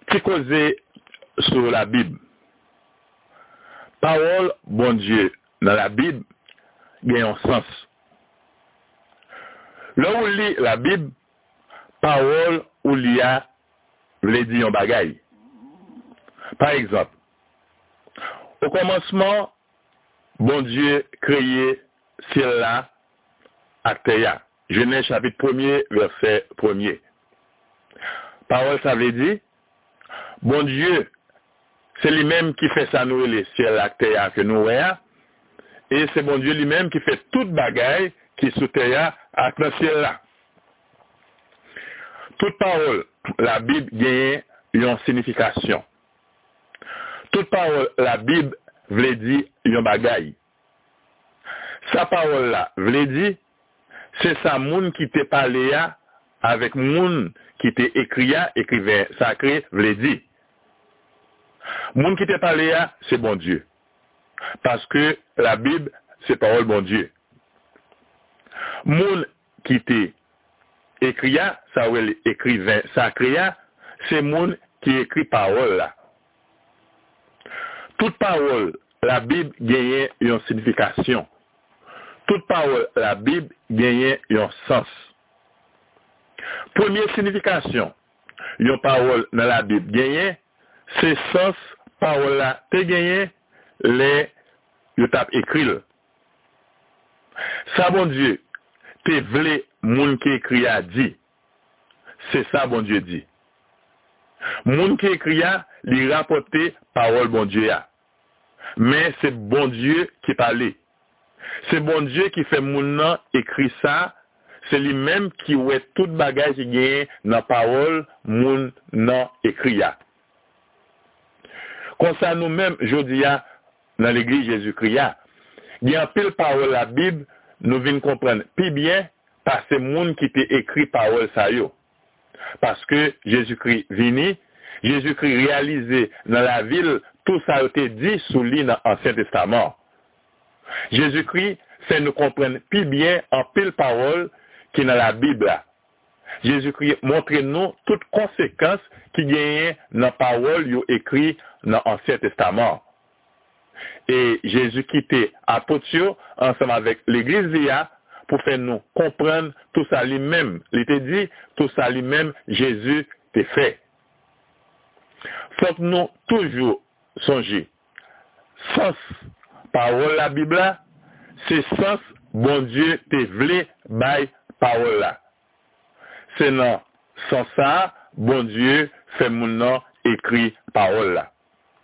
qui causait sur la Bible. Parole, bon Dieu, dans la Bible, il y a un sens. Là où lit la Bible, parole ou l'IA veut dire un bagaille. Par exemple, au commencement, bon Dieu créé ciel là à terre. Genèse chapitre 1er, verset 1er. Parole, ça veut dire, bon Dieu, c'est lui-même qui fait ça nous les ciel à terre que nous voyons. Et c'est bon Dieu lui-même qui fait toute bagaille qui est sous terre à le ciel là. Toute parole, la Bible gagne une signification. Toute parole, la Bible veut dire une bagaille. Sa parole là, veut dire, c'est ça moun qui te parlé avec moun qui te écrit écrivain sacré, veut dire. Moun qui te parlé c'est bon Dieu. Parce que la Bible, c'est parole bon Dieu. Moun qui te écrit, ça veut dire écrivain sacré, c'est moun qui écrit parole là. Toute parole, la Bible gagne une signification. Toute parole, la Bible gagne un sens. Première signification, une parole dans la Bible gagne, c'est sens parole là te gagne les yo tap écrit. Ça bon Dieu, te vle moun qui écrit a dit. C'est ça bon Dieu dit. Moun qui écrit a li rapporter parole bon Dieu a. Mais c'est bon Dieu qui parlait. C'est bon Dieu qui fait moun nan écrit ça. C'est lui-même qui ouait tout bagage qui gagne dans parole moun nan écrit a. Comme ça nous-mêmes, jodi a, dans l'église Jésus-Christ, il y a un pile parole la Bible, nous venons comprendre plus bien par ces moun qui t'est écrit parole ça yo. Parce que Jésus-Christ vini, Jésus-Christ réalisé dans la ville tout ça a été dit sous lui dans l'Ancien Testament. Jésus-Christ fait nous comprendre plus bien en pile parole qui est dans la Bible. Jésus-Christ montre nous toutes conséquences qui gagnent dans la parole yo écrit dans l'Ancien Testament. Et Jésus quittait apôtre ensemble avec l'église d'hier pour faire nous comprendre tout ça lui-même. Il était dit, tout ça lui-même, Jésus t'a fait. Faut que nous toujours songer. Sens, parole la Bible, c'est sens, bon Dieu te vle by parole là. C'est non, sans ça, bon Dieu fait mon nom écrit parole là.